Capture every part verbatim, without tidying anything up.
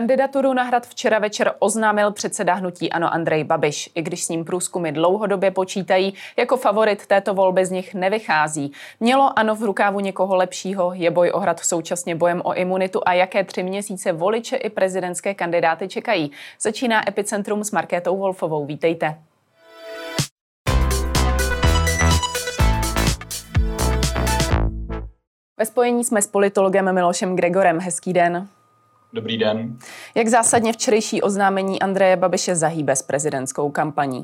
Kandidaturu na Hrad včera večer oznámil předseda hnutí ANO Andrej Babiš. I když s ním průzkumy dlouhodobě počítají, jako favorit této volby z nich nevychází. Mělo ANO v rukávu někoho lepšího? Je boj o Hrad současně bojem o imunitu a jaké tři měsíce voliče i prezidentské kandidáty čekají? Začíná Epicentrum s Markétou Wolfovou. Vítejte. Ve spojení jsme s politologem Milošem Gregorem. Hezký den. Dobrý den. Jak zásadně včerejší oznámení Andreje Babiše zahýbe s prezidentskou kampaní?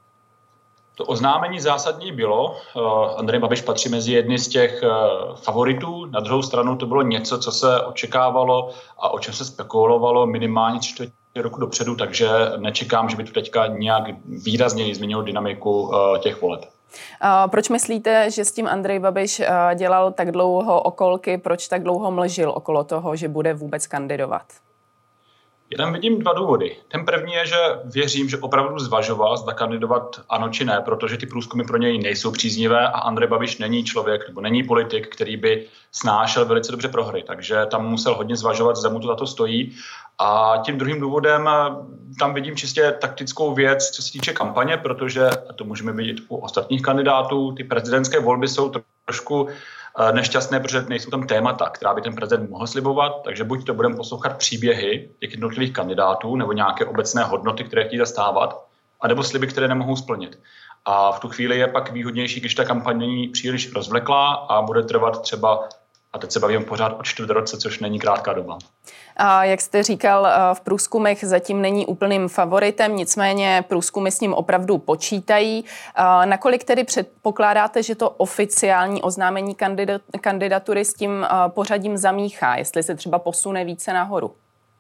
To oznámení zásadní bylo. Andrej Babiš patří mezi jedny z těch favoritů. Na druhou stranu to bylo něco, co se očekávalo a o čem se spekulovalo minimálně čtvrtě roku dopředu, takže nečekám, že by to teďka nějak výrazně změnilo dynamiku těch voleb. Proč myslíte, že s tím Andrej Babiš dělal tak dlouho okolky, proč tak dlouho mlžil okolo toho, že bude vůbec kandidovat? Já tam vidím dva důvody. Ten první je, že věřím, že opravdu zvažoval, zda kandidovat ano či ne, protože ty průzkumy pro něj nejsou příznivé a Andrej Babiš není člověk nebo není politik, který by snášel velice dobře prohry. Takže tam musel hodně zvažovat, zda mu to za to stojí. A tím druhým důvodem tam vidím čistě taktickou věc, co se týče kampaně, protože, a to můžeme vidět u ostatních kandidátů, ty prezidentské volby jsou trošku nešťastné, protože nejsou tam témata, která by ten prezident mohl slibovat, takže buď to budeme poslouchat příběhy těch jednotlivých kandidátů nebo nějaké obecné hodnoty, které chtějí zastávat, anebo sliby, které nemohou splnit. A v tu chvíli je pak výhodnější, když ta kampaň není příliš rozvleklá a bude trvat třeba, a teď se bavím pořád o čtvrt roce, což není krátká doba. A jak jste říkal, v průzkumech zatím není úplným favoritem, nicméně průzkumy s ním opravdu počítají. Nakolik tedy předpokládáte, že to oficiální oznámení kandidatury s tím pořadím zamíchá, jestli se třeba posune více nahoru?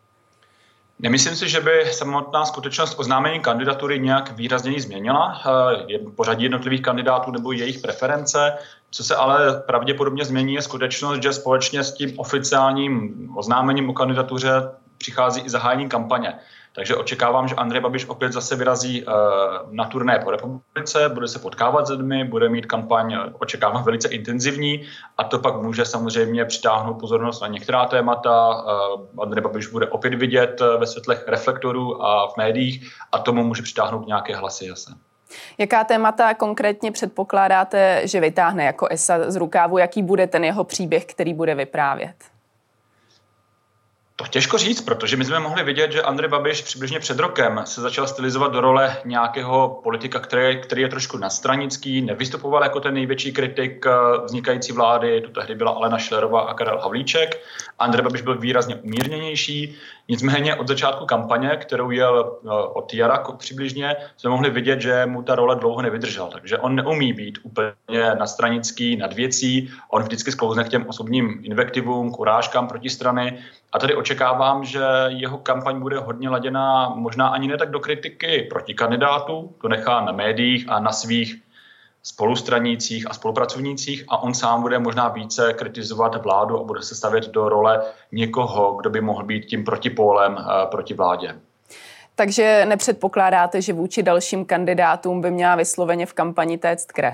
Nemyslím si, že by samotná skutečnost oznámení kandidatury nějak výrazněji změnila pořadí jednotlivých kandidátů nebo jejich preference. Co se ale pravděpodobně změní, je skutečnost, že společně s tím oficiálním oznámením o kandidatuře přichází i zahájení kampaně. Takže očekávám, že Andrej Babiš opět zase vyrazí na turné po republice, bude se potkávat s lidmi, bude mít kampaň, očekávám, velice intenzivní a to pak může samozřejmě přitáhnout pozornost na některá témata. Andrej Babiš bude opět vidět ve světlech reflektorů a v médiích a tomu může přitáhnout nějaké hlasy zase. Jaká témata konkrétně předpokládáte, že vytáhne jako esa z rukávu? Jaký bude ten jeho příběh, který bude vyprávět? To těžko říct, protože my jsme mohli vidět, že Andrej Babiš přibližně před rokem se začal stylizovat do role nějakého politika, který, který je trošku nadstranický, nevystupoval jako ten největší kritik vznikající vlády, to tehdy byla Alena Schillerová a Karel Havlíček. Andrej Babiš byl výrazně umírněnější, nicméně od začátku kampaně, kterou jel od jara přibližně, jsme mohli vidět, že mu ta role dlouho nevydržela, takže on neumí být úplně nadstranický, nad věcí, on vždycky sklouzne k těm osobním invektivům, k urážkám proti strany. A tady očekávám, že jeho kampaň bude hodně laděná možná ani ne tak do kritiky proti kandidátů, to nechá na médiích a na svých spolustranících a spolupracovnících a on sám bude možná více kritizovat vládu a bude se stavět do role někoho, kdo by mohl být tím protipólem proti vládě. Takže nepředpokládáte, že vůči dalším kandidátům by měla vysloveně v kampani téct krev?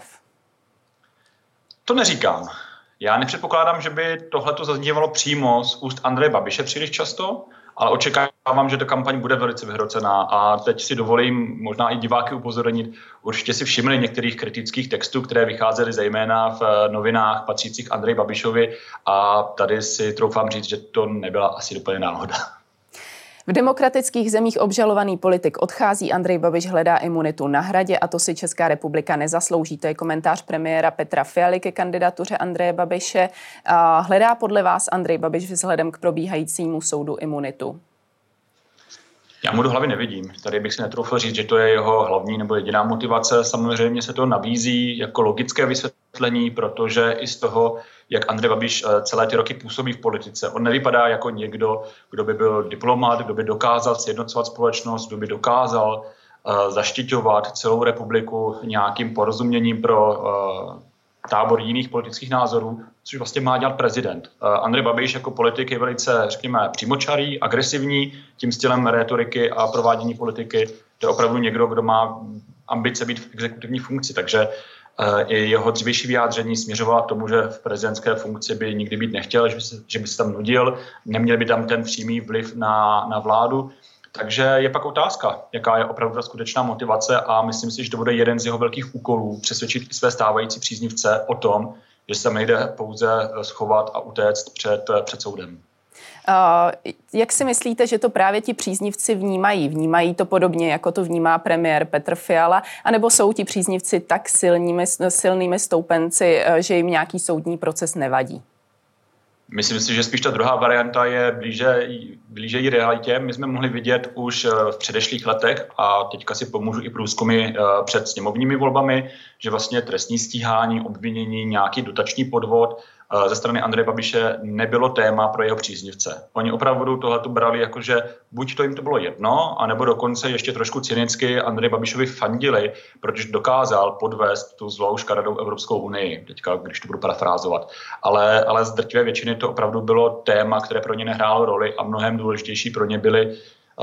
To neříkám. Já nepředpokládám, že by tohleto zaznívalo přímo z úst Andreje Babiše příliš často, ale očekávám, že ta kampaň bude velice vyhrocená a teď si dovolím možná i diváky upozornit. Určitě si všimli některých kritických textů, které vycházely zejména v novinách patřících Andreji Babišovi a tady si troufám říct, že to nebyla asi úplně náhoda. V demokratických zemích obžalovaný politik odchází, Andrej Babiš hledá imunitu na Hradě a to si Česká republika nezaslouží. To je komentář premiéra Petra Fialy ke kandidatuře Andreje Babiše. Hledá podle vás Andrej Babiš vzhledem k probíhajícímu soudu imunitu? Já mu do hlavy nevidím. Tady bych si netroufl říct, že to je jeho hlavní nebo jediná motivace. Samozřejmě se to nabízí jako logické vysvětlení, protože i z toho, jak Andrej Babiš celé ty roky působí v politice, on nevypadá jako někdo, kdo by byl diplomat, kdo by dokázal sjednocovat společnost, kdo by dokázal uh, zaštiťovat celou republiku nějakým porozuměním pro uh, tábor jiných politických názorů, což vlastně má dělat prezident. Andrej Babiš jako politik je velice, řekněme, přímočarý, agresivní tím stylem rétoriky a provádění politiky. To je opravdu někdo, kdo má ambice být v exekutivní funkci, takže I jeho dřívější vyjádření směřovala k tomu, že v prezidentské funkci by nikdy být nechtěl, že by se, že by se tam nudil, neměl by tam ten přímý vliv na, na vládu. Takže je pak otázka, jaká je opravdu ta skutečná motivace a myslím si, že to bude jeden z jeho velkých úkolů přesvědčit i své stávající příznivce o tom, že se tam nejde pouze schovat a utéct před, před soudem. Uh, jak si myslíte, že to právě ti příznivci vnímají? Vnímají to podobně, jako to vnímá premiér Petr Fiala? A nebo jsou ti příznivci tak silnými, silnými stoupenci, že jim nějaký soudní proces nevadí? Myslím si, že spíš ta druhá varianta je blíže, blíže i realitě. My jsme mohli vidět už v předešlých letech a teďka si pomůžu i průzkumy před sněmovními volbami, že vlastně trestní stíhání, obvinění, nějaký dotační podvod ze strany Andreje Babiše nebylo téma pro jeho příznivce. Oni opravdu tohleto brali jako, že buď to jim to bylo jedno, anebo dokonce ještě trošku cynicky Andreji Babišovi fandili, protože dokázal podvést tu zlou škaredou Evropskou unii, teďka, když to budu parafrázovat. Ale, ale z drtivé většiny to opravdu bylo téma, které pro ně nehrálo roli a mnohem důležitější pro ně byly,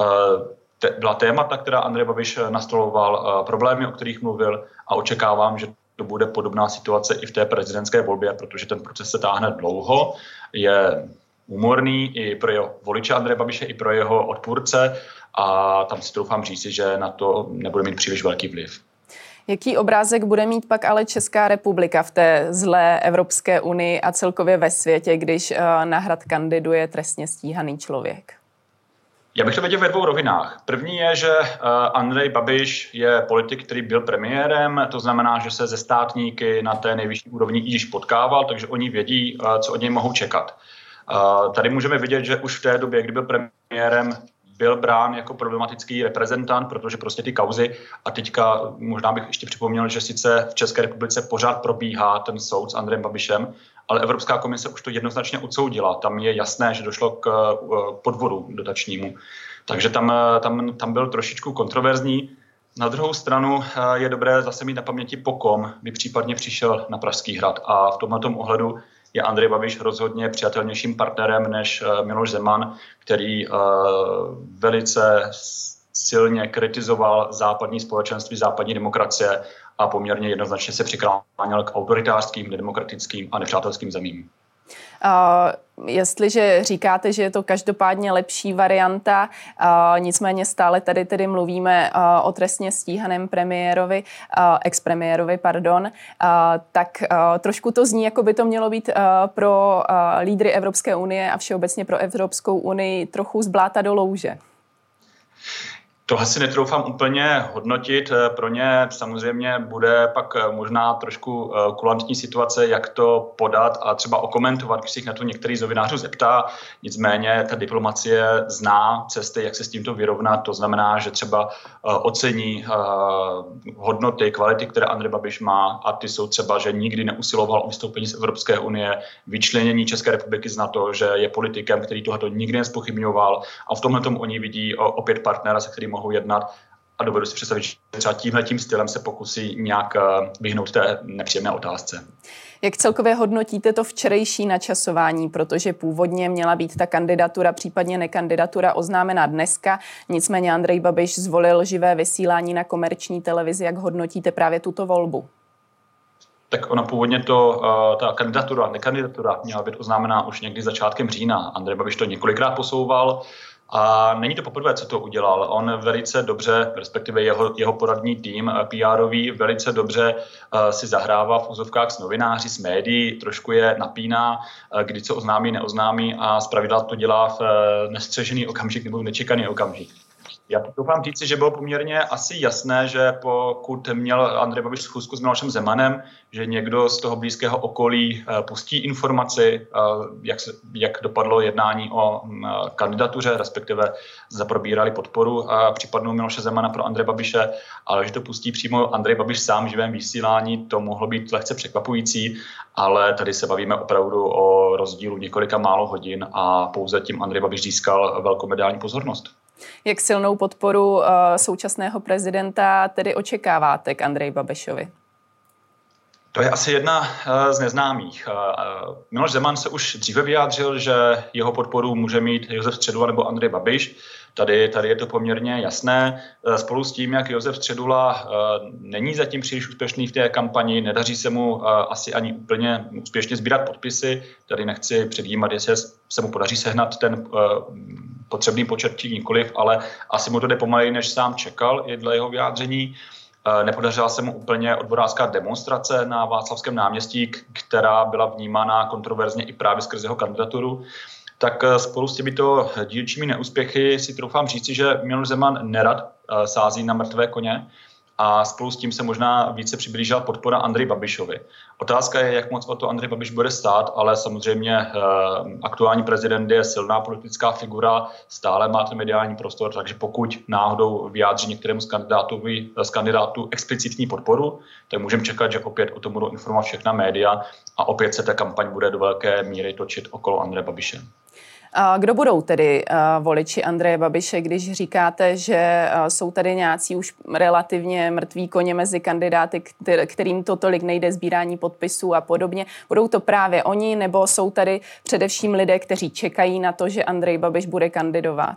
te, byla témata, která Andrej Babiš nastoloval, problémy, o kterých mluvil a očekávám, že to bude podobná situace i v té prezidentské volbě, protože ten proces se táhne dlouho, je úmorný i pro jeho voliče Andreje Babiše, i pro jeho odpůrce a tam si doufám říci, že na to nebude mít příliš velký vliv. Jaký obrázek bude mít pak ale Česká republika v té zlé Evropské unii a celkově ve světě, když na Hrad kandiduje trestně stíhaný člověk? Já bych to viděl ve dvou rovinách. První je, že Andrej Babiš je politik, který byl premiérem, to znamená, že se ze státníky na té nejvyšší úrovni již potkával, takže oni vědí, co od něj mohou čekat. Tady můžeme vidět, že už v té době, kdy byl premiérem, byl brán jako problematický reprezentant, protože prostě ty kauzy, a teďka možná bych ještě připomněl, že sice v České republice pořád probíhá ten soud s Andrejem Babišem, ale Evropská komise už to jednoznačně odsoudila. Tam je jasné, že došlo k podvodu dotačnímu. Takže tam, tam, tam byl trošičku kontroverzní. Na druhou stranu je dobré zase mít na paměti, po kom by případně přišel na Pražský hrad. A v tomto ohledu je Andrej Babiš rozhodně přijatelnějším partnerem než Miloš Zeman, který velice silně kritizoval západní společenství, západní demokracie a poměrně jednoznačně se přikláněl k autoritářským, nedemokratickým a nepřátelským zemím. Uh, jestliže říkáte, že je to každopádně lepší varianta, uh, nicméně stále tady tedy mluvíme uh, o trestně stíhaném premiérovi, uh, expremiérovi, pardon, uh, tak uh, trošku to zní, jako by to mělo být uh, pro uh, lídry Evropské unie a všeobecně pro Evropskou unii trochu z bláta do louže. To asi netroufám úplně hodnotit. Pro ně samozřejmě bude pak možná trošku kulantní situace, jak to podat a třeba okomentovat, když se jich na to některý z novinářů zeptá. Nicméně ta diplomacie zná cesty, jak se s tímto vyrovnat. To znamená, že třeba ocení hodnoty, kvality, které Andrej Babiš má, a ty jsou třeba, že nikdy neusiloval o vystoupení z Evropské unie, vyčlenění České republiky z NATO, že je politikem, který tohleto nikdy nezpochybňoval, a v tomhle tomu oni vidí opět partnera, se kterým mohou jednat, a dovedu si představit, že třeba tímhletím stylem se pokusí nějak vyhnout té nepříjemné otázce. Jak celkově hodnotíte to včerejší načasování, protože původně měla být ta kandidatura, případně nekandidatura oznámena dneska, nicméně Andrej Babiš zvolil živé vysílání na komerční televizi. Jak hodnotíte právě tuto volbu? Tak ona původně to, ta kandidatura, nekandidatura měla být oznámena už někdy začátkem října. Andrej Babiš to několikrát posouval. A není to poprvé, co to udělal. On velice dobře, respektive jeho, jeho poradní tým P R ový, velice dobře uh, si zahrává v úzovkách s novináři, s médií, trošku je napíná, uh, kdy co oznámí, neoznámí, a zpravidla to dělá v uh, nestřežený okamžik nebo nečekaný okamžik. Já doufám říci, že bylo poměrně asi jasné, že pokud měl Andrej Babiš schůzku s Milošem Zemanem, že někdo z toho blízkého okolí pustí informaci, jak, se, jak dopadlo jednání o kandidatuře, respektive zaprobírali podporu a případnou Miloše Zemana pro Andreje Babiše, ale že to pustí přímo Andrej Babiš sám v živém vysílání, to mohlo být lehce překvapující, ale tady se bavíme opravdu o rozdílu několika málo hodin a pouze tím Andrej Babiš získal velkou mediální pozornost. Jak silnou podporu uh, současného prezidenta tedy očekáváte k Andreji Babišovi? To je asi jedna z neznámých. Miloš Zeman se už dříve vyjádřil, že jeho podporu může mít Josef Středula nebo Andrej Babiš. Tady, tady je to poměrně jasné. Spolu s tím, jak Josef Středula není zatím příliš úspěšný v té kampani, nedaří se mu asi ani úplně úspěšně sbírat podpisy. Tady nechci předjímat, jestli se mu podaří sehnat ten potřebný počet či nikoliv, ale asi mu to jde pomaleji, než sám čekal, je dle jeho vyjádření. Nepodařila se mu úplně odborářská demonstrace na Václavském náměstí, která byla vnímána kontroverzně i právě skrze jeho kandidaturu. Tak spolu s těmito dílčími neúspěchy si troufám říci, že Miloš Zeman nerad sází na mrtvé koně a spolu s tím se možná více přiblížila podpora Andreji Babišovi. Otázka je, jak moc o to Andrej Babiš bude stát, ale samozřejmě eh, aktuální prezident je silná politická figura, stále má ten mediální prostor, takže pokud náhodou vyjádří některému z kandidátů, z kandidátů explicitní podporu, tak můžeme čekat, že opět o tom budou informovat všechna média a opět se ta kampaň bude do velké míry točit okolo Andreje Babiše. A kdo budou tedy uh, voliči Andreje Babiše, když říkáte, že uh, jsou tady nějací už relativně mrtví koně mezi kandidáty, kter- kterým to tolik nejde, sbírání podpisů a podobně? Budou to právě oni, nebo jsou tady především lidé, kteří čekají na to, že Andrej Babiš bude kandidovat?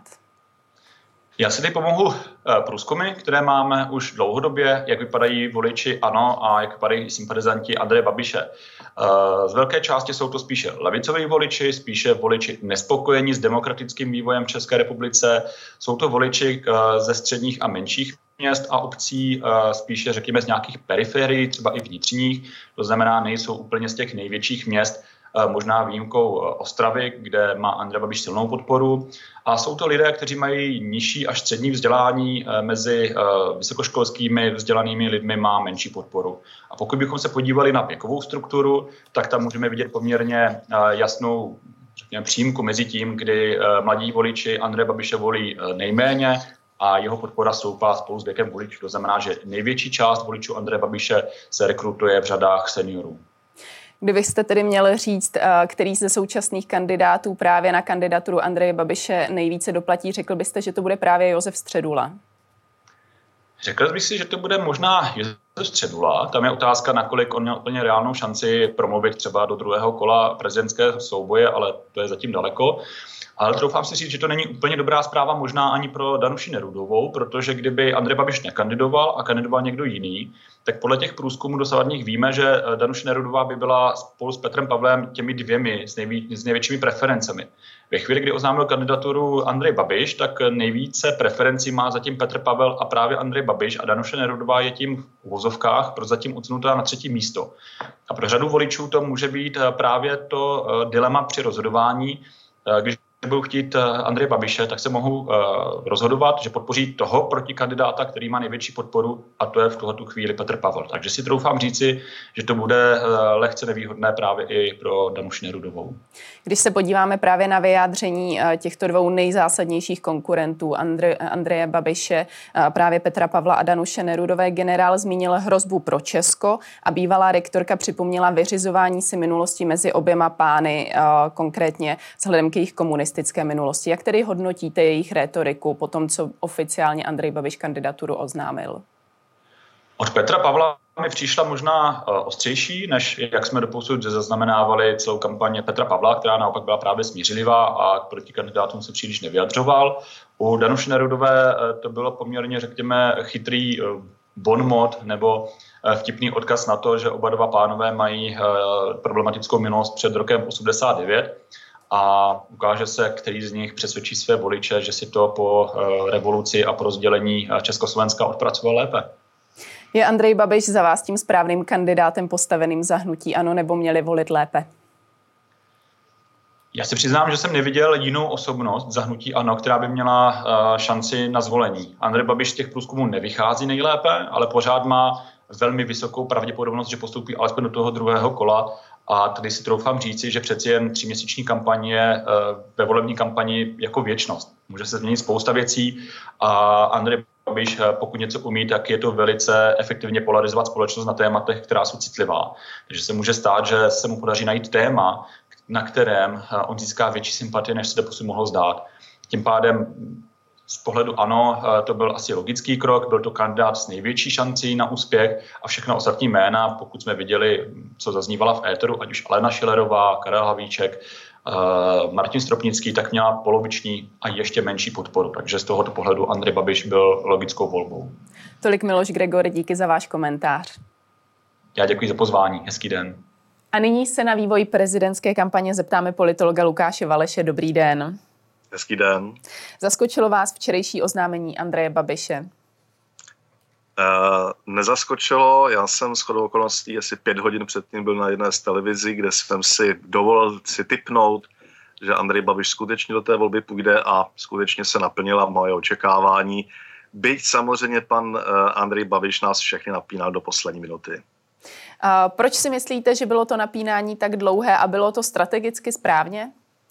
Já si teď pomohu průzkumy, které máme už dlouhodobě, jak vypadají voliči ANO a jak vypadají sympatizanti Andreje Babiše. Z velké části jsou to spíše levicoví voliči, spíše voliči nespokojení s demokratickým vývojem v České republice. Jsou to voliči ze středních a menších měst a obcí, spíše řekněme z nějakých periferií, třeba i vnitřních. To znamená, nejsou úplně z těch největších měst, možná výjimkou Ostravy, kde má Andrej Babiš silnou podporu. A jsou to lidé, kteří mají nižší až střední vzdělání, mezi vysokoškolskými vzdělanými lidmi má menší podporu. A pokud bychom se podívali na věkovou strukturu, tak tam můžeme vidět poměrně jasnou, řekněme, přímku mezi tím, kdy mladí voliči Andreje Babiše volí nejméně a jeho podpora stoupá spolu s věkem voličů. To znamená, že největší část voličů Andreje Babiše se rekrutuje v řadách seniorů. Kdybyste tedy měl říct, který ze současných kandidátů právě na kandidaturu Andreje Babiše nejvíce doplatí, řekl byste, že to bude právě Josef Středula? Řekl bych si, že to bude možná Josef Středula. Tam je otázka, nakolik on měl úplně reálnou šanci promluvit třeba do druhého kola prezidentského souboje, ale to je zatím daleko. Ale troufám si říct, že to není úplně dobrá zpráva možná ani pro Danuši Nerudovou, protože kdyby Andrej Babiš nekandidoval a kandidoval někdo jiný, tak podle těch průzkumů dosavadních víme, že Danuše Nerudová by byla spolu s Petrem Pavlem těmi dvěmi s, nejví, s největšími preferencemi. Ve chvíli, kdy oznámil kandidaturu Andrej Babiš, tak nejvíce preferencí má zatím Petr Pavel a právě Andrej Babiš a Danuše Nerudová je tím v uvozovkách prozatím odsunutá na třetí místo. A pro řadu voličů to může být právě to dilema při rozhodování, když budou chtít Andreje Babiše, tak se mohou uh, rozhodovat, že podpoří toho protikandidáta, který má největší podporu, a to je v tuhletu chvíli Petr Pavel. Takže si troufám říci, že to bude uh, lehce nevýhodné právě i pro Danuši Nerudovou. Když se podíváme právě na vyjádření uh, těchto dvou nejzásadnějších konkurentů, Andre, Andreje Babiše, uh, právě Petra Pavla a Danuše Nerudové, generál zmínil hrozbu pro Česko a bývalá rektorka připomněla vyřizování si minulosti mezi oběma pány, uh, konkrétně vzhledem k jejich komunistické minulosti. Jak tedy hodnotíte jejich rétoriku po tom, co oficiálně Andrej Babiš kandidaturu oznámil? Od Petra Pavla mi přišla možná uh, ostřejší, než jak jsme doposud zaznamenávali celou kampaň Petra Pavla, která naopak byla právě smířlivá a proti kandidátům se příliš nevyjadřoval. U Danuše Nerudové uh, to bylo poměrně, řekněme, chytrý uh, bonmot nebo uh, vtipný odkaz na to, že oba dva pánové mají uh, problematickou minulost před rokem osmdesát devět. A ukáže se, který z nich přesvědčí své voliče, že si to po uh, revoluci a po rozdělení Československa odpracoval lépe. Je Andrej Babiš za vás tím správným kandidátem postaveným za hnutí ANO, nebo měli volit lépe? Já si přiznám, že jsem neviděl jinou osobnost za hnutí ANO, která by měla uh, šanci na zvolení. Andrej Babiš z těch průzkumů nevychází nejlépe, ale pořád má velmi vysokou pravděpodobnost, že postoupí alespoň do toho druhého kola. A tady si troufám říci, že přeci jen tříměsíční kampaň je ve volební kampani jako věčnost. Může se změnit spousta věcí a Andrej Babiš, pokud něco umí, tak je to velice efektivně polarizovat společnost na tématech, která jsou citlivá. Takže se může stát, že se mu podaří najít téma, na kterém on získá větší sympatie, než se doposud mohlo zdát. Tím pádem Z pohledu ANO to byl asi logický krok, byl to kandidát s největší šancí na úspěch a všechna ostatní jména, pokud jsme viděli, co zaznívala v éteru, ať už Alena Schillerová, Karel Havlíček, Martin Stropnický, tak měla poloviční a ještě menší podporu. Takže z tohoto pohledu Andrej Babiš byl logickou volbou. Tolik Miloš Gregor, díky za váš komentář. Já děkuji za pozvání. Hezký den. A nyní se na vývoj prezidentské kampaně zeptáme politologa Lukáše Valeše. Dobrý den. Hezký den. Zaskočilo vás včerejší oznámení Andreje Babiše? Uh, nezaskočilo. Já jsem shodou okolností asi pět hodin předtím byl na jedné z televizí, kde jsem si dovolil si tipnout, že Andrej Babiš skutečně do té volby půjde a skutečně se naplnila moje očekávání. Byť samozřejmě pan uh, Andrej Babiš nás všechny napínal do poslední minuty. A proč si myslíte, že bylo to napínání tak dlouhé a bylo to strategicky správně?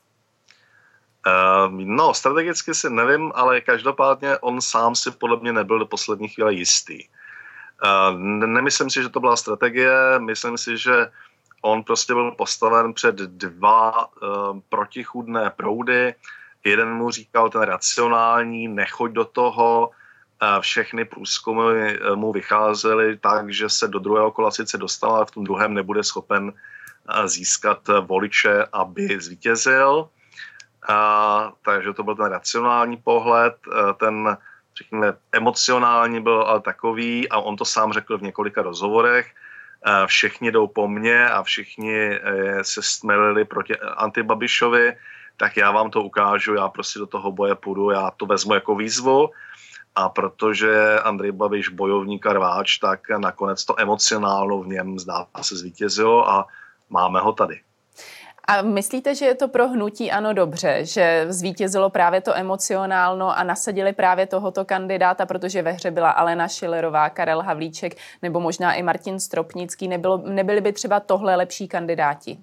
Uh, no, strategicky si nevím, ale každopádně on sám si podle mě nebyl do poslední chvíle jistý. Uh, nemyslím si, že to byla strategie, myslím si, že on prostě byl postaven před dva uh, protichůdné proudy. Jeden mu říkal ten racionální, nechoď do toho, uh, všechny průzkumy uh, mu vycházely tak, že se do druhého kola sice dostal, ale v tom druhém nebude schopen uh, získat voliče, aby zvítězil. A, takže to byl ten racionální pohled, ten, řekněme, emocionální byl ale takový, a on to sám řekl v několika rozhovorech, všichni jdou po mně a všichni se stmelili proti Antibabišovi, tak já vám to ukážu, já prostě do toho boje půjdu, já to vezmu jako výzvu, a protože Andrej Babiš bojovník a rváč, tak nakonec to emocionálno v něm zdá se zvítězilo a máme ho tady. A myslíte, že je to pro hnutí ANO dobře, že zvítězilo právě to emocionálno a nasadili právě tohoto kandidáta, protože ve hře byla Alena Schillerová, Karel Havlíček nebo možná i Martin Stropnický. Nebylo, nebyli by třeba tohle lepší kandidáti?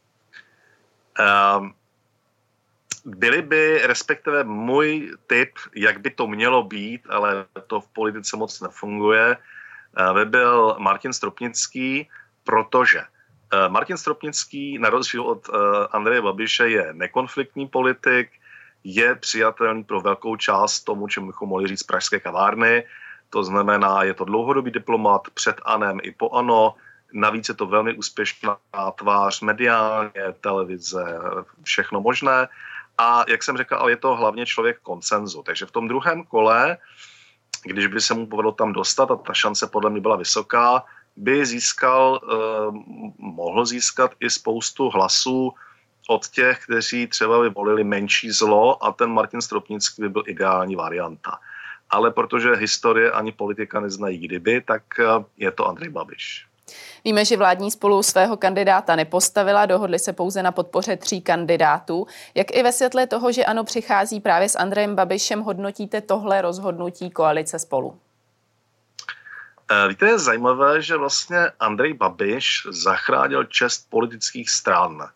Um, byli by, respektive můj tip, jak by to mělo být, ale to v politice moc nefunguje, by byl Martin Stropnický, protože Martin Stropnický, na rozdíl od uh, Andreje Babiše, je nekonfliktní politik, je přijatelný pro velkou část tomu, čemu bychom mohli říct pražské kavárny. To znamená, je to dlouhodobý diplomat před ANem i po ANO, navíc je to velmi úspěšná tvář mediálně, televize, všechno možné. A jak jsem řekl, ale je to hlavně člověk konsenzu. Takže v tom druhém kole, když by se mu povedlo tam dostat, a ta šance podle mě byla vysoká, by získal, eh, mohl získat i spoustu hlasů od těch, kteří třeba by volili menší zlo, a ten Martin Stropnický by byl ideální varianta. Ale protože historie ani politika neznají kdyby, tak je to Andrej Babiš. Víme, že vládní spolu svého kandidáta nepostavila, dohodli se pouze na podpoře tří kandidátů. Jak i ve světle toho, že ANO přichází právě s Andrejem Babišem, hodnotíte tohle rozhodnutí koalice Spolu? Víte, je zajímavé, že vlastně Andrej Babiš zachránil čest politických stran.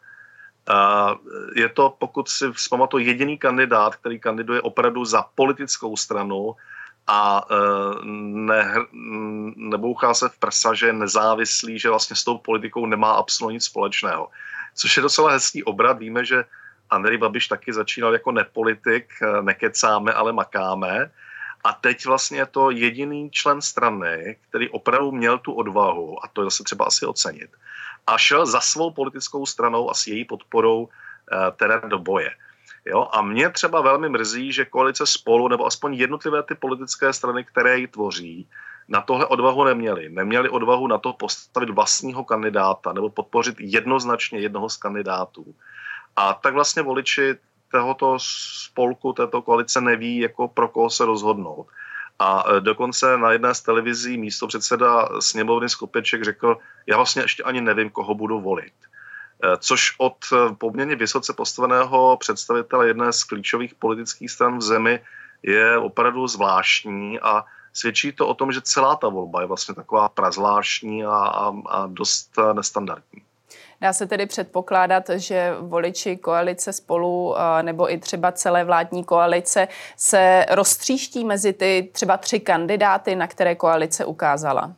Je to, pokud si vzpamatuju, jediný kandidát, který kandiduje opravdu za politickou stranu a ne, nebouchá se v prsa, že je nezávislý, že vlastně s tou politikou nemá absolutně nic společného. Což je docela hezký obrat. Víme, že Andrej Babiš taky začínal jako nepolitik, nekecáme, ale makáme. A teď vlastně je to jediný člen strany, který opravdu měl tu odvahu, a to je zase třeba asi ocenit, a šel za svou politickou stranou a s její podporou eh, teda do boje. Jo? A mě třeba velmi mrzí, že koalice Spolu, nebo aspoň jednotlivé ty politické strany, které ji tvoří, na tohle odvahu neměli. Neměli odvahu na to postavit vlastního kandidáta nebo podpořit jednoznačně jednoho z kandidátů. A tak vlastně voliči tohoto spolku, této koalice neví, jako pro koho se rozhodnout. A dokonce na jedné z televizí místopředseda sněmovny Skopeček řekl, já vlastně ještě ani nevím, koho budu volit. Což od poměrně vysoce postaveného představitele jedné z klíčových politických stran v zemi je opravdu zvláštní a svědčí to o tom, že celá ta volba je vlastně taková prazvláštní a, a, a dost nestandardní. Dá se tedy předpokládat, že voliči koalice Spolu nebo i třeba celé vládní koalice se roztříští mezi ty třeba tři kandidáty, na které koalice ukázala?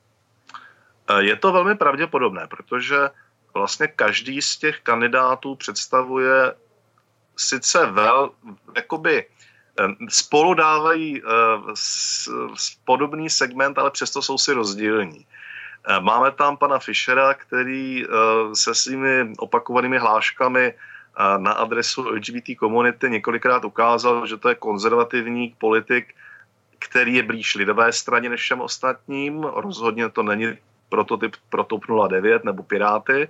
Je to velmi pravděpodobné, protože vlastně každý z těch kandidátů představuje sice vel, jakoby spolu dávají podobný segment, ale přesto jsou si rozdílní. Máme tam pana Fischera, který se svými opakovanými hláškami na adresu L G B T komunity několikrát ukázal, že to je konzervativní politik, který je blíž lidové straně než všem ostatním. Rozhodně to není prototyp pro TOP nula devět nebo Piráty.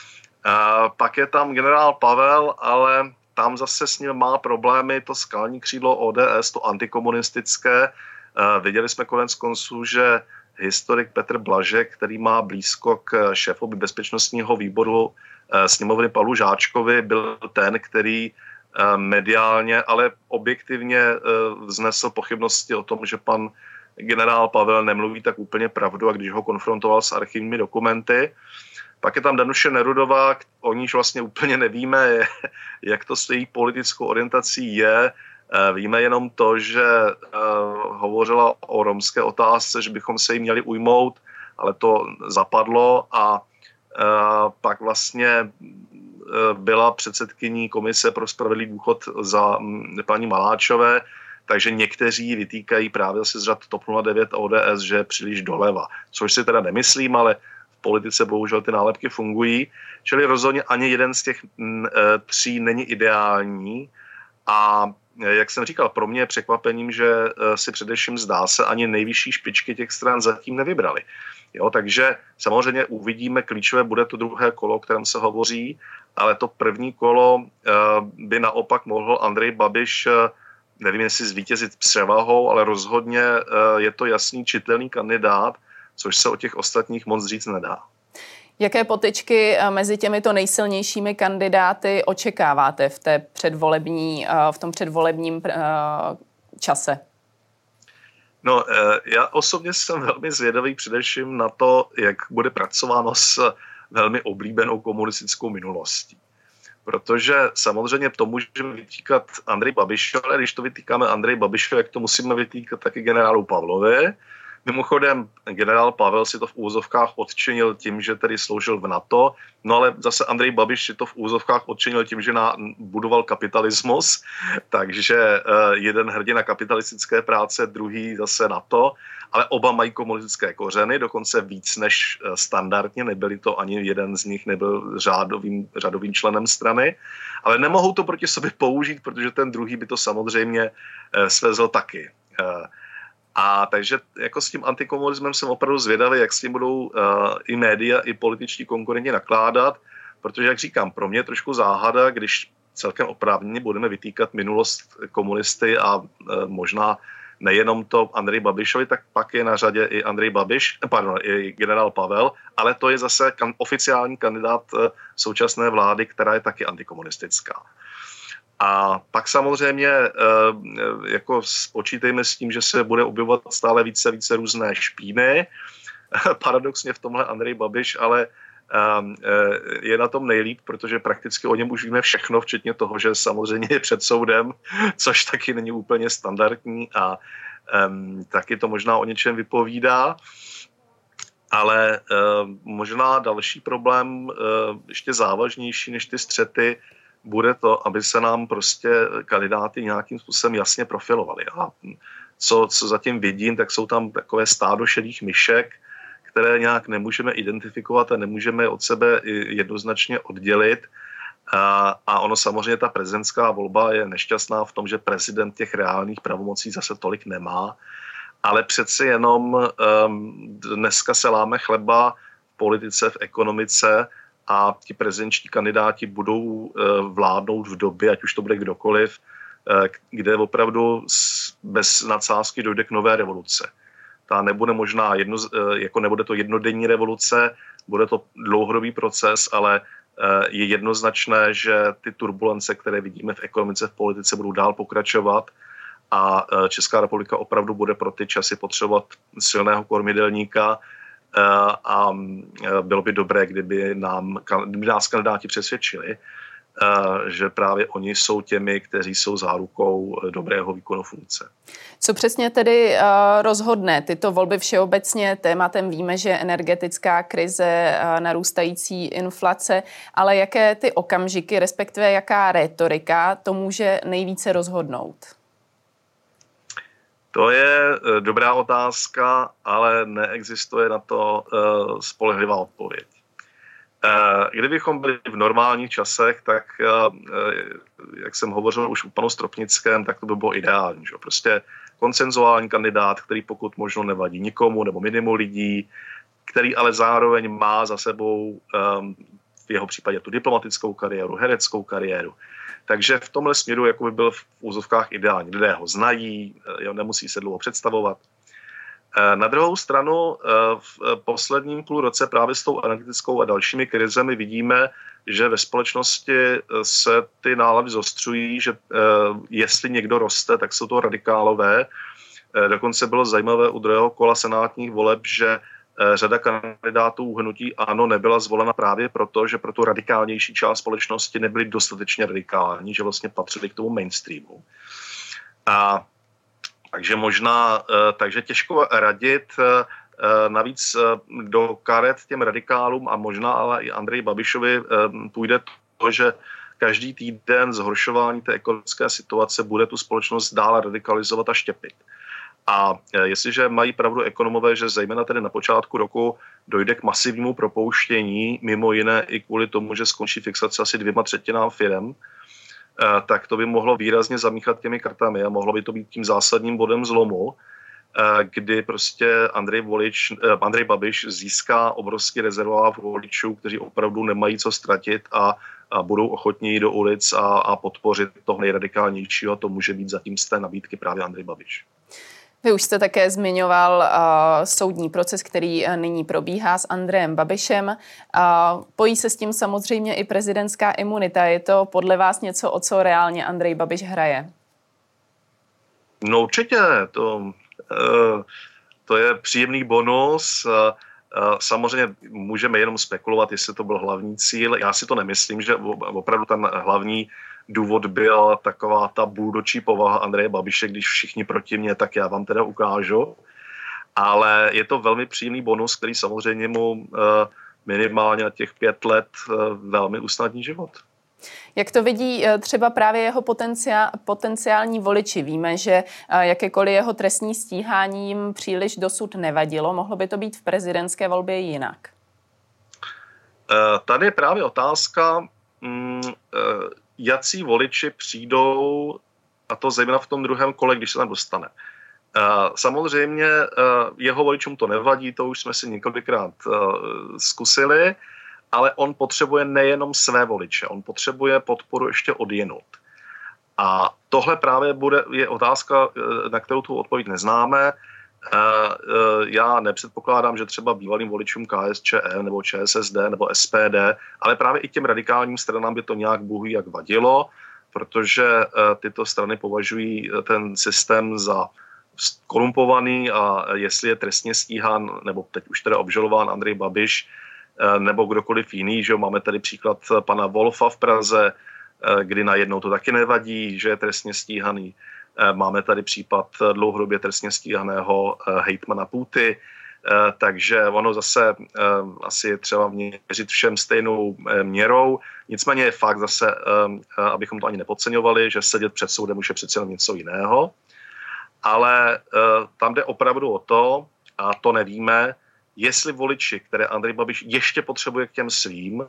Pak je tam generál Pavel, ale tam zase s ním má problémy to skalní křídlo O D S, to antikomunistické. Viděli jsme konec konců, že historik Petr Blažek, který má blízko k šéfovi bezpečnostního výboru sněmovny Pavlu Žáčkovi, byl ten, který mediálně, ale objektivně vznesl pochybnosti o tom, že pan generál Pavel nemluví tak úplně pravdu, a když ho konfrontoval s archivními dokumenty. Pak je tam Danuše Nerudová, o níž vlastně úplně nevíme, jak to s její politickou orientací je. Víme jenom to, že hovořila o romské otázce, že bychom se jí měli ujmout, ale to zapadlo, a pak vlastně byla předsedkyní Komise pro spravedlivý důchod za paní Maláčové, takže někteří vytýkají právě zase z řad TOP nula devět a O D S, že je příliš doleva, což si teda nemyslím, ale v politice bohužel ty nálepky fungují, čili rozhodně ani jeden z těch tří není ideální. A jak jsem říkal, pro mě je překvapením, že si především zdá se ani nejvyšší špičky těch stran zatím nevybrali. Jo, takže samozřejmě uvidíme, klíčové bude to druhé kolo, o kterém se hovoří, ale to první kolo by naopak mohl Andrej Babiš, nevím, jestli zvítězit převahou, ale rozhodně je to jasný, čitelný kandidát, což se o těch ostatních moc říct nedá. Jaké potyčky mezi těmito nejsilnějšími kandidáty očekáváte v, té předvolební, v tom předvolebním čase? No, já osobně jsem velmi zvědavý především na to, jak bude pracováno s velmi oblíbenou komunistickou minulostí. Protože samozřejmě to můžeme vytýkat Andrej Babišovi, ale když to vytýkáme Andrej Babišovi, jak to musíme vytýkat taky generálu Pavlovi. Mimochodem, generál Pavel si to v úzovkách odčinil tím, že tedy sloužil v NATO, no ale zase Andrej Babiš si to v úzovkách odčinil tím, že budoval kapitalismus, takže jeden hrdina kapitalistické práce, druhý zase NATO, ale oba mají komunistické kořeny, dokonce víc než standardně, nebyli to ani jeden z nich nebyl řádovým, řadovým členem strany, ale nemohou to proti sobě použít, protože ten druhý by to samozřejmě svezl taky. A takže jako s tím antikomunismem jsem opravdu zvědavý, jak s tím budou uh, i média, i političtí konkurenti nakládat, protože, jak říkám, pro mě je trošku záhada, když celkem oprávněně budeme vytýkat minulost komunisty a uh, možná nejenom to Andrej Babišovi, tak pak je na řadě i Andrej Babiš, pardon, i generál Pavel, ale to je zase kan- oficiální kandidát uh, současné vlády, která je taky antikomunistická. A pak samozřejmě jako počítejme s tím, že se bude objevovat stále více více různé špíny. Paradoxně v tomhle Andrej Babiš, ale je na tom nejlíp, protože prakticky o něm už víme všechno, včetně toho, že samozřejmě je před soudem, což taky není úplně standardní, a taky to možná o něčem vypovídá. Ale možná další problém, ještě závažnější než ty střety, bude to, aby se nám prostě kandidáty nějakým způsobem jasně profilovali. A co, co zatím vidím, tak jsou tam takové stádo šedých myšek, které nějak nemůžeme identifikovat a nemůžeme od sebe jednoznačně oddělit. A, a ono samozřejmě, ta prezidentská volba je nešťastná v tom, že prezident těch reálných pravomocí zase tolik nemá, ale přeci jenom um, dneska se láme chleba v politice, v ekonomice, a ti prezidentští kandidáti budou uh, vládnout v době, ať už to bude kdokoliv, uh, kde opravdu bez nadsázky dojde k nové revoluce. Ta nebude možná jedno, uh, jako nebude to jednodenní revoluce, bude to dlouhodobý proces, ale uh, je jednoznačné, že ty turbulence, které vidíme v ekonomice, v politice, budou dál pokračovat, a uh, Česká republika opravdu bude pro ty časy potřebovat silného kormidelníka. A bylo by dobré, kdyby, nám, kdyby nás kandidáti přesvědčili, že právě oni jsou těmi, kteří jsou zárukou dobrého výkonu funkce. Co přesně tedy rozhodne tyto volby všeobecně? Tématem víme, že energetická krize, narůstající inflace, ale jaké ty okamžiky, respektive jaká rétorika to může nejvíce rozhodnout? To je dobrá otázka, ale neexistuje na to uh, spolehlivá odpověď. Uh, kdybychom byli v normálních časech, tak, uh, jak jsem hovořil už u panu Stropnickém, tak to by bylo ideální. Že? Prostě konsenzuální kandidát, který pokud možno nevadí nikomu nebo minimu lidí, který ale zároveň má za sebou um, v jeho případě tu diplomatickou kariéru, hereckou kariéru. Takže v tomhle směru jako by byl v úzovkách ideální. Lidé ho znají, jo, nemusí se dlouho představovat. Na druhou stranu v posledním půl roce právě s tou energetickou a dalšími krizemi vidíme, že ve společnosti se ty nálady zostřují, že jestli někdo roste, tak jsou to radikálové. Dokonce bylo zajímavé u druhého kola senátních voleb, že řada kandidátů hnutí ANO nebyla zvolena právě proto, že pro tu radikálnější část společnosti nebyli dostatečně radikální, že vlastně patřili k tomu mainstreamu. A takže možná, takže těžko radit, navíc do karet těm radikálům a možná ale i Andreji Babišovi půjde to, že každý týden zhoršování té ekonomické situace bude tu společnost dále radikalizovat a štěpit. A jestliže mají pravdu ekonomové, že zejména tedy na počátku roku dojde k masivnímu propouštění, mimo jiné i kvůli tomu, že skončí fixace asi dvěma třetinám firem, tak to by mohlo výrazně zamíchat těmi kartami a mohlo by to být tím zásadním bodem zlomu, kdy prostě Andrej, Volič, Andrej Babiš získá obrovský rezervoár voličů, kteří opravdu nemají co ztratit a, a budou ochotní jít do ulic a, a podpořit toho nejradikálnějšího. To může být zatím z té nabídky právě Andrej Babiš. Vy už jste také zmiňoval uh, soudní proces, který uh, nyní probíhá s Andrejem Babišem. Uh, pojí se s tím samozřejmě i prezidentská imunita. Je to podle vás něco, o co reálně Andrej Babiš hraje? No určitě. To, uh, to je příjemný bonus. Uh, uh, samozřejmě můžeme jenom spekulovat, jestli to byl hlavní cíl. Já si to nemyslím, že opravdu ten hlavní důvod byl taková ta buldočí povaha Andreje Babiše, když všichni proti mě, tak já vám teda ukážu. Ale je to velmi příjemný bonus, který samozřejmě mu minimálně na těch pět let velmi usnadní život. Jak to vidí třeba právě jeho potenciál, potenciální voliči? Víme, že jakékoliv jeho trestní stíhání jim příliš dosud nevadilo. Mohlo by to být v prezidentské volbě jinak? Tady je právě otázka, mm, jací voliči přijdou, a to zejména v tom druhém kole, když se tam dostane. Samozřejmě jeho voličům to nevadí, to už jsme si několikrát zkusili, ale on potřebuje nejenom své voliče, on potřebuje podporu ještě odjinud. A tohle právě bude, je otázka, na kterou tu odpověď neznáme. Já nepředpokládám, že třeba bývalým voličům K S Č M nebo Č S S D nebo S P D, ale právě i těm radikálním stranám by to nějak bůh ví jak vadilo, protože tyto strany považují ten systém za korumpovaný a jestli je trestně stíhán, nebo teď už teda obžalován Andrej Babiš, nebo kdokoliv jiný, že máme tady příklad pana Wolfa v Praze, kdy najednou to taky nevadí, že je trestně stíhaný. Máme tady případ dlouhodobě trestně stíhaného hejtmana Půty, takže ono zase asi je třeba měřit všem stejnou měrou. Nicméně je fakt zase, abychom to ani nepodceňovali, že sedět před soudem už je přece jenom něco jiného. Ale tam jde opravdu o to, a to nevíme, jestli voliči, které Andrej Babiš ještě potřebuje k těm svým,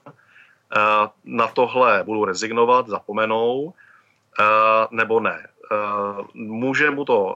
na tohle budou rezignovat, zapomenou, nebo ne. Může mu to,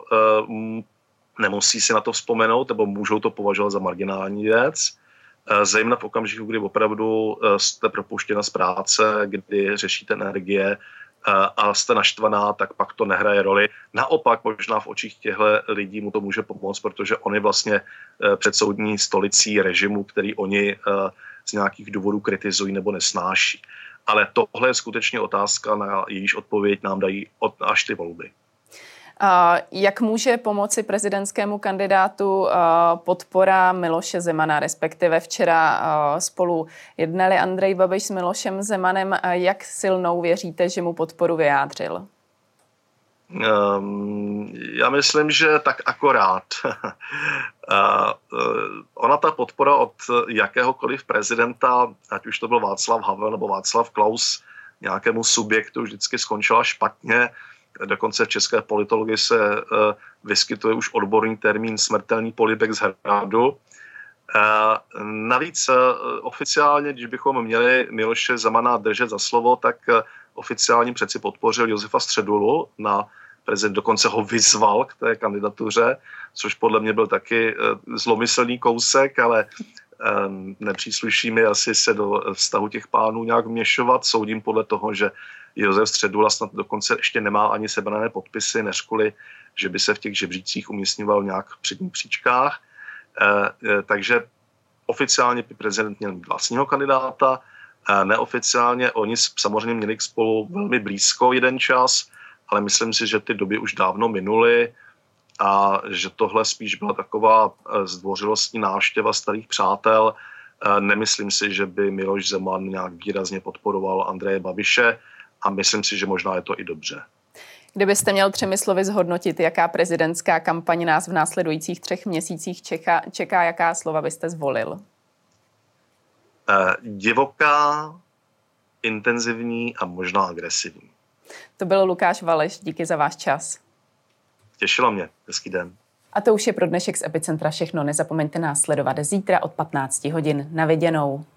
nemusí si na to vzpomenout, nebo můžou to považovat za marginální věc, zejména v okamžiku, kdy opravdu jste propuštěna z práce, kdy řešíte energie a jste naštvaná, tak pak to nehraje roli. Naopak možná v očích těchto lidí mu to může pomoct, protože oni vlastně před soudní stolicí režimu, který oni z nějakých důvodů kritizují nebo nesnáší. Ale tohle je skutečně otázka, na jejíž odpověď nám dají až ty volby. Jak může pomoci prezidentskému kandidátu podpora Miloše Zemana, respektive včera spolu jednali Andrej Babiš s Milošem Zemanem. Jak silnou věříte, že mu podporu vyjádřil? Um, já myslím, že tak akorát. uh, uh, ona ta podpora od jakéhokoliv prezidenta, ať už to byl Václav Havel nebo Václav Klaus, nějakému subjektu vždycky skončila špatně. dokonce v české politologii se vyskytuje už odborný termín smrtelný polibek z Hradu. Navíc oficiálně, když bychom měli Miloše Zemana držet za slovo, tak oficiálně přeci podpořil Josefa Středulu na prezident, dokonce ho vyzval k té kandidatuře, což podle mě byl taky zlomyslný kousek, ale nepřísluší mi asi se do vztahu těch pánů nějak vměšovat. Soudím podle toho, že Josef Středula snad dokonce ještě nemá ani sebrané podpisy, než kvůli, že by se v těch žebřících umísťoval nějak v předních příčkách. Takže oficiálně by prezident měl mít vlastního kandidáta, neoficiálně oni samozřejmě měli spolu velmi blízko jeden čas, ale myslím si, že ty doby už dávno minuly a že tohle spíš byla taková zdvořilostní návštěva starých přátel. Nemyslím si, že by Miloš Zeman nějak výrazně podporoval Andreje Babiše a myslím si, že možná je to i dobře. Kdybyste měl třemi slovy zhodnotit, jaká prezidentská kampaň nás v následujících třech měsících čeká, čeká, jaká slova byste zvolil? Eh, divoká, intenzivní a možná agresivní. To byl Lukáš Valeš, díky za váš čas. Těšilo mě, hezký den. A to už je pro dnešek z Epicentra všechno. Nezapomeňte nás sledovat zítra od patnácti hodin. Na viděnou.